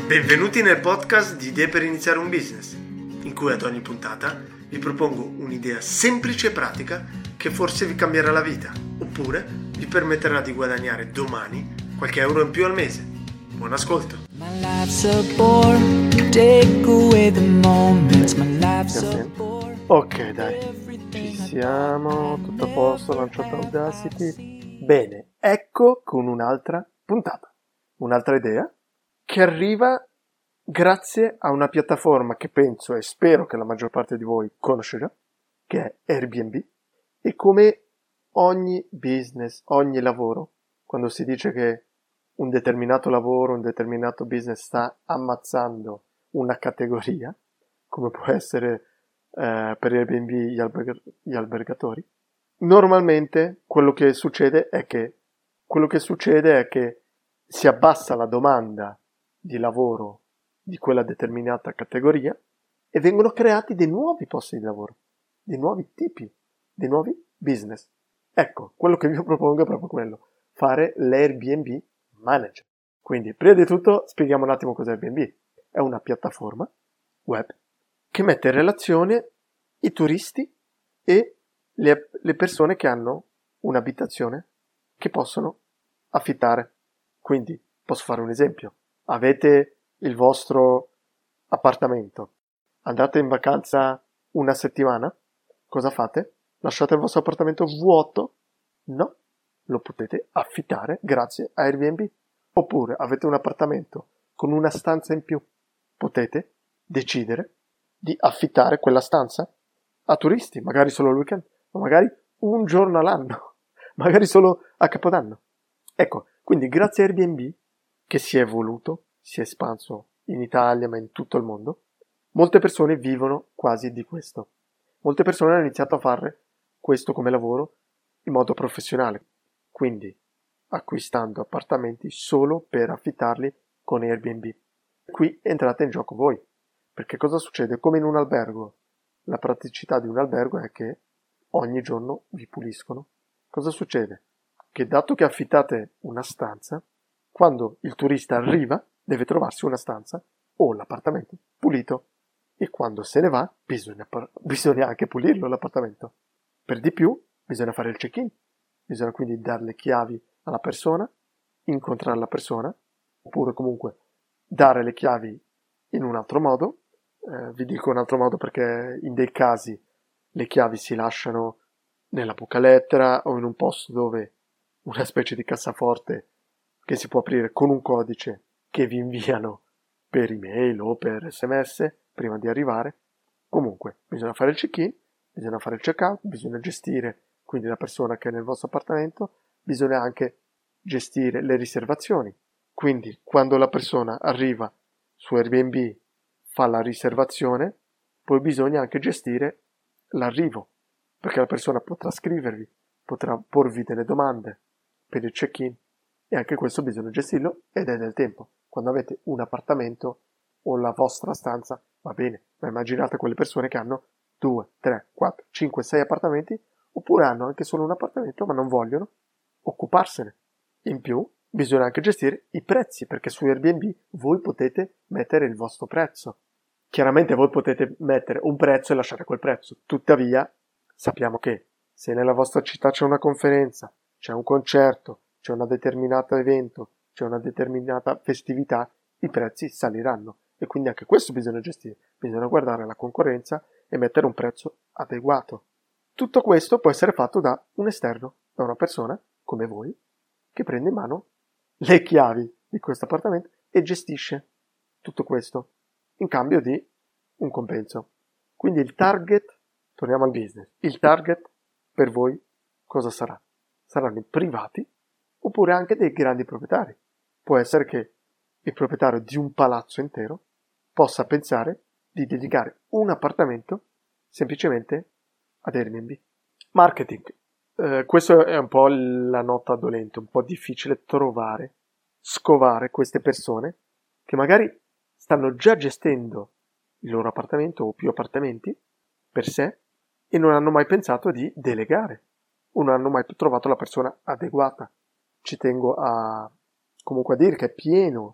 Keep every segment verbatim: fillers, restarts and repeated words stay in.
Benvenuti nel podcast di Idee per iniziare un business, in cui ad ogni puntata vi propongo un'idea semplice e pratica che forse vi cambierà la vita, oppure vi permetterà di guadagnare domani qualche euro in più al mese. Buon ascolto! Ok, dai, ci siamo, tutto a posto, lanciato Audacity. Bene, ecco con un'altra puntata, un'altra idea che arriva grazie a una piattaforma che penso e spero che la maggior parte di voi conoscerà, che è Airbnb. E come ogni business, ogni lavoro, quando si dice che un determinato lavoro, un determinato business sta ammazzando una categoria, come può essere eh, per Airbnb gli, alberg- gli albergatori, normalmente quello che succede è che quello che succede è che si abbassa la domanda di lavoro di quella determinata categoria e vengono creati dei nuovi posti di lavoro, dei nuovi tipi, dei nuovi business. Ecco, quello che vi propongo è proprio quello, fare l'Airbnb Manager. Quindi, prima di tutto, spieghiamo un attimo cos'è Airbnb. È una piattaforma web che mette in relazione i turisti e le, le persone che hanno un'abitazione che possono affittare. Quindi, posso fare un esempio. Avete il vostro appartamento, andate in vacanza una settimana, cosa fate? Lasciate il vostro appartamento vuoto? No, lo potete affittare grazie a Airbnb. Oppure avete un appartamento con una stanza in più, potete decidere di affittare quella stanza a turisti, magari solo il weekend, o magari un giorno all'anno, magari solo a Capodanno. Ecco, quindi grazie a Airbnb, che si è evoluto, si è espanso in Italia ma in tutto il mondo, molte persone vivono quasi di questo. Molte persone hanno iniziato a fare questo come lavoro in modo professionale, quindi acquistando appartamenti solo per affittarli con Airbnb. Qui entrate in gioco voi, perché cosa succede? Come in un albergo, la praticità di un albergo è che ogni giorno vi puliscono. Cosa succede? Che dato che affittate una stanza, quando il turista arriva deve trovarsi una stanza o l'appartamento pulito e quando se ne va bisogna, bisogna anche pulirlo l'appartamento. Per di più bisogna fare il check-in, bisogna quindi dare le chiavi alla persona, incontrare la persona, oppure comunque dare le chiavi in un altro modo. Eh, vi dico un altro modo perché in dei casi le chiavi si lasciano nella buca lettera o in un posto dove una specie di cassaforte che si può aprire con un codice che vi inviano per email o per sms prima di arrivare. Comunque bisogna fare il check-in, bisogna fare il check-out, bisogna gestire quindi la persona che è nel vostro appartamento, bisogna anche gestire le riservazioni. Quindi quando la persona arriva su Airbnb, fa la riservazione, poi bisogna anche gestire l'arrivo, perché la persona potrà scrivervi, potrà porvi delle domande per il check-in e anche questo bisogna gestirlo ed è del tempo. Quando avete un appartamento o la vostra stanza va bene, ma immaginate quelle persone che hanno due, tre, quattro, cinque, sei appartamenti oppure hanno anche solo un appartamento ma non vogliono occuparsene. In più bisogna anche gestire i prezzi, perché su Airbnb voi potete mettere il vostro prezzo. Chiaramente voi potete mettere un prezzo e lasciare quel prezzo, tuttavia sappiamo che se nella vostra città c'è una conferenza, c'è un concerto, c'è un determinato evento, c'è una determinata festività, i prezzi saliranno e quindi anche questo bisogna gestire, bisogna guardare la concorrenza e mettere un prezzo adeguato. Tutto questo può essere fatto da un esterno, da una persona come voi, che prende in mano le chiavi di questo appartamento e gestisce tutto questo in cambio di un compenso. Quindi il target, torniamo al business, il target per voi cosa sarà? Saranno i privati oppure anche dei grandi proprietari. Può essere che il proprietario di un palazzo intero possa pensare di dedicare un appartamento semplicemente ad Airbnb. Marketing. Eh, questo è un po' la nota dolente, un po' difficile trovare, scovare queste persone che magari stanno già gestendo il loro appartamento o più appartamenti per sé e non hanno mai pensato di delegare o non hanno mai trovato la persona adeguata. Ci tengo a comunque a dire che è pieno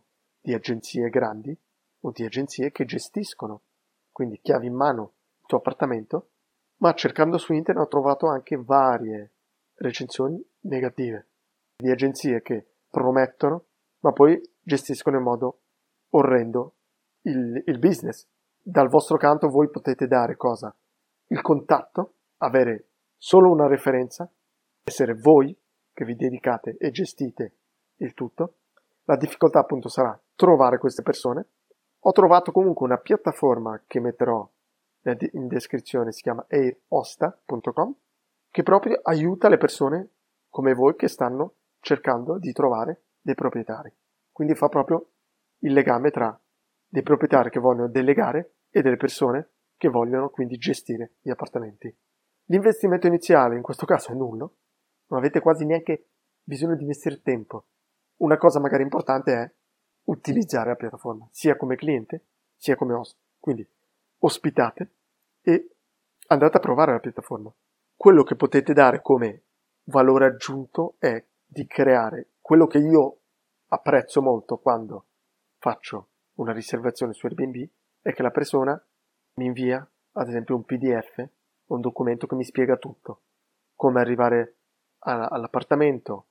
di agenzie grandi o di agenzie che gestiscono, quindi chiavi in mano il tuo appartamento, ma cercando su internet ho trovato anche varie recensioni negative di agenzie che promettono, ma poi gestiscono in modo orrendo il, il business. Dal vostro canto voi potete dare cosa? Il contatto, avere solo una referenza, essere voi che vi dedicate e gestite il tutto. La difficoltà appunto sarà trovare queste persone. Ho trovato comunque una piattaforma che metterò in descrizione, si chiama airhosta punto com, che proprio aiuta le persone come voi che stanno cercando di trovare dei proprietari. Quindi fa proprio il legame tra dei proprietari che vogliono delegare e delle persone che vogliono quindi gestire gli appartamenti. L'investimento iniziale in questo caso è nullo, non avete quasi neanche bisogno di investire tempo. Una cosa magari importante è utilizzare la piattaforma, sia come cliente, sia come host. Quindi ospitate e andate a provare la piattaforma. Quello che potete dare come valore aggiunto è di creare quello che io apprezzo molto quando faccio una riservazione su Airbnb, è che la persona mi invia ad esempio un P D F, un documento che mi spiega tutto, come arrivare a, all'appartamento,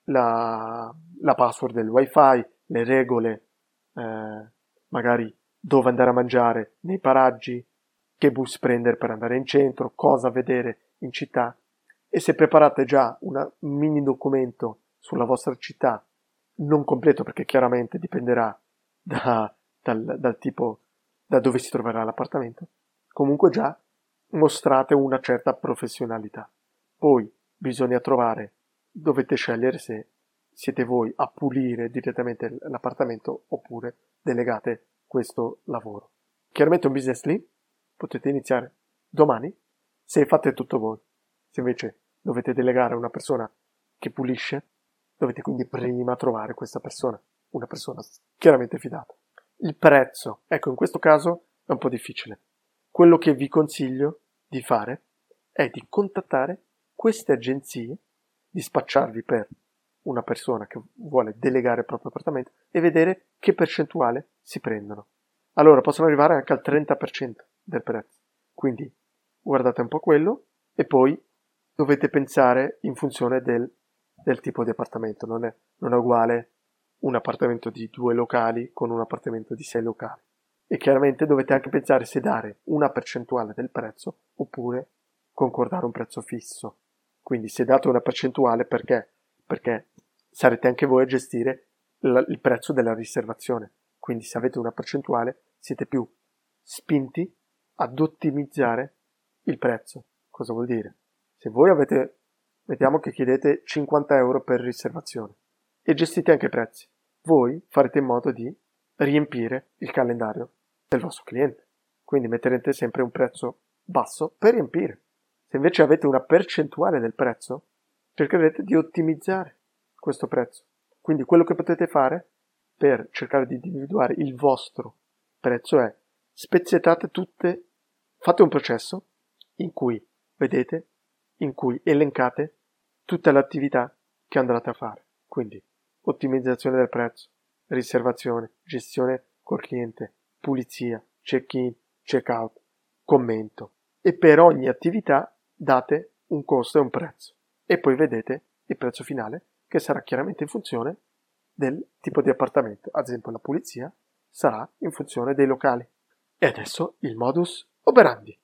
la, la password del wifi, le regole, eh, magari dove andare a mangiare nei paraggi, che bus prendere per andare in centro, cosa vedere in città. E se preparate già una, un mini documento sulla vostra città, non completo perché chiaramente dipenderà da, dal, dal tipo, da dove si troverà l'appartamento, comunque già mostrate una certa professionalità. Poi bisogna trovare, dovete scegliere se siete voi a pulire direttamente l'appartamento oppure delegate questo lavoro. Chiaramente un business lì potete iniziare domani se fate tutto voi. Se invece dovete delegare a una persona che pulisce, dovete quindi prima trovare questa persona, una persona chiaramente fidata. Il prezzo, ecco, in questo caso è un po' difficile. Quello che vi consiglio di fare è di contattare queste agenzie, di spacciarvi per una persona che vuole delegare il proprio appartamento e vedere che percentuale si prendono. Allora possono arrivare anche al trenta per cento del prezzo. Quindi guardate un po' quello e poi dovete pensare in funzione del, del tipo di appartamento. Non è, non è uguale un appartamento di due locali con un appartamento di sei locali. E chiaramente dovete anche pensare se dare una percentuale del prezzo oppure concordare un prezzo fisso. Quindi se date una percentuale perché? Perché sarete anche voi a gestire l- il prezzo della riservazione. Quindi se avete una percentuale siete più spinti ad ottimizzare il prezzo. Cosa vuol dire? Se voi avete, mettiamo che chiedete cinquanta euro per riservazione e gestite anche i prezzi, voi farete in modo di riempire il calendario del vostro cliente. Quindi metterete sempre un prezzo basso per riempire. Se invece avete una percentuale del prezzo, cercherete di ottimizzare questo prezzo. Quindi quello che potete fare per cercare di individuare il vostro prezzo è spezzettate tutte, fate un processo in cui vedete, in cui elencate tutte le attività che andrete a fare. Quindi ottimizzazione del prezzo, riservazione, gestione col cliente, pulizia, check-in, check-out, commento. E per ogni attività date un costo e un prezzo. E poi vedete il prezzo finale che sarà chiaramente in funzione del tipo di appartamento. Ad esempio la pulizia sarà in funzione dei locali. E adesso il modus operandi.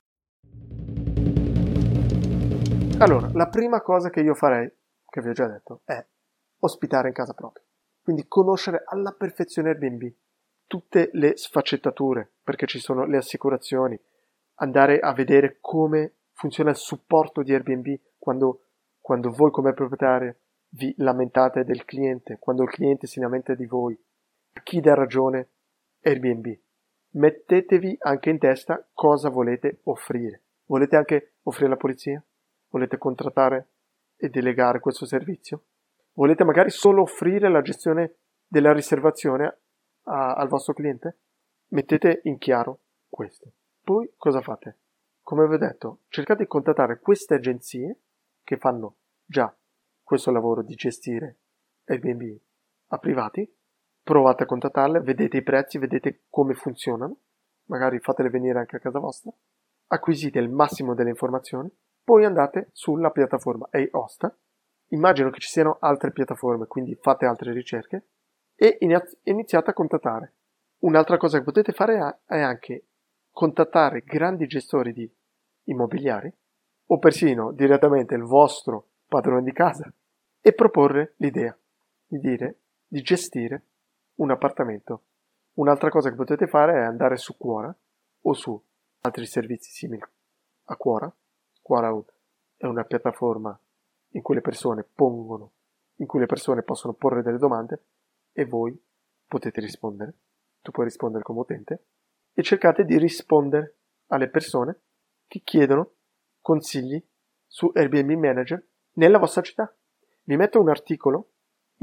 Allora, la prima cosa che io farei, che vi ho già detto, è ospitare in casa propria. Quindi conoscere alla perfezione Airbnb, tutte le sfaccettature, perché ci sono le assicurazioni, andare a vedere come funziona il supporto di Airbnb quando, quando voi come proprietario vi lamentate del cliente, quando il cliente si lamenta di voi. A chi dà ragione Airbnb? Mettetevi anche in testa cosa volete offrire. Volete anche offrire la polizia? Volete contrattare e delegare questo servizio? Volete magari solo offrire la gestione della riservazione a, al vostro cliente? Mettete in chiaro questo. Poi cosa fate? Come vi ho detto, cercate di contattare queste agenzie che fanno già questo lavoro di gestire Airbnb a privati, provate a contattarle, vedete i prezzi, vedete come funzionano, magari fatele venire anche a casa vostra, acquisite il massimo delle informazioni, poi andate sulla piattaforma Aosta, immagino che ci siano altre piattaforme, quindi fate altre ricerche, e iniziate a contattare. Un'altra cosa che potete fare è anche contattare grandi gestori di immobiliari, o persino direttamente il vostro padrone di casa, e proporre l'idea di dire di gestire un appartamento. Un'altra cosa che potete fare è andare su Quora o su altri servizi simili a Quora. Quora è una piattaforma in cui le persone pongono, in cui le persone possono porre delle domande e voi potete rispondere. Tu puoi rispondere come utente e cercate di rispondere alle persone che chiedono consigli su Airbnb Manager nella vostra città. Vi metto un articolo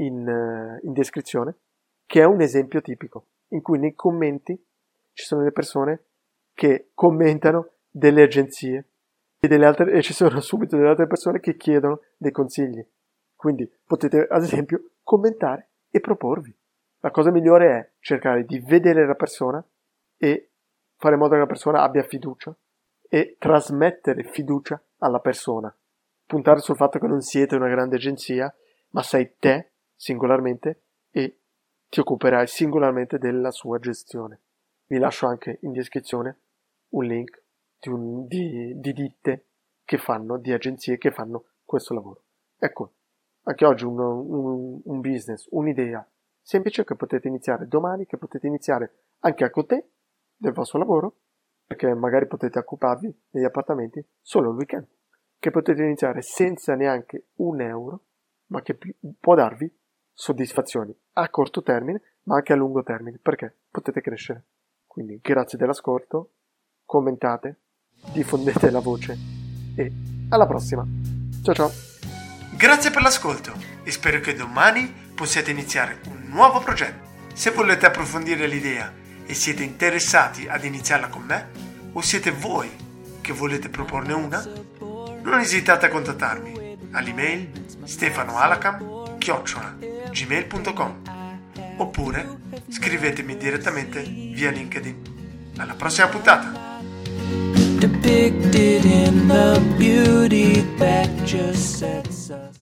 in, in descrizione che è un esempio tipico in cui nei commenti ci sono delle persone che commentano delle agenzie e, delle altre, e ci sono subito delle altre persone che chiedono dei consigli. Quindi potete ad esempio commentare e proporvi. La cosa migliore è cercare di vedere la persona e fare in modo che la persona abbia fiducia e trasmettere fiducia alla persona. Puntare sul fatto che non siete una grande agenzia, ma sei te singolarmente e ti occuperai singolarmente della sua gestione. Vi lascio anche in descrizione un link di, un, di, di ditte che fanno, di agenzie che fanno questo lavoro. Ecco, anche oggi un, un, un business, un'idea semplice che potete iniziare domani, che potete iniziare anche a côté del vostro lavoro, perché magari potete occuparvi degli appartamenti solo il weekend, che potete iniziare senza neanche un euro, ma che può darvi soddisfazioni a corto termine, ma anche a lungo termine, perché potete crescere. Quindi grazie dell'ascolto, commentate, diffondete la voce e alla prossima. Ciao ciao! Grazie per l'ascolto e spero che domani possiate iniziare un nuovo progetto. Se volete approfondire l'idea e siete interessati ad iniziarla con me, o siete voi che volete proporne una, non esitate a contattarmi all'email stefanoalacam chiocciola gmail punto com oppure scrivetemi direttamente via LinkedIn. Alla prossima puntata! Depicted in the beauty that just sets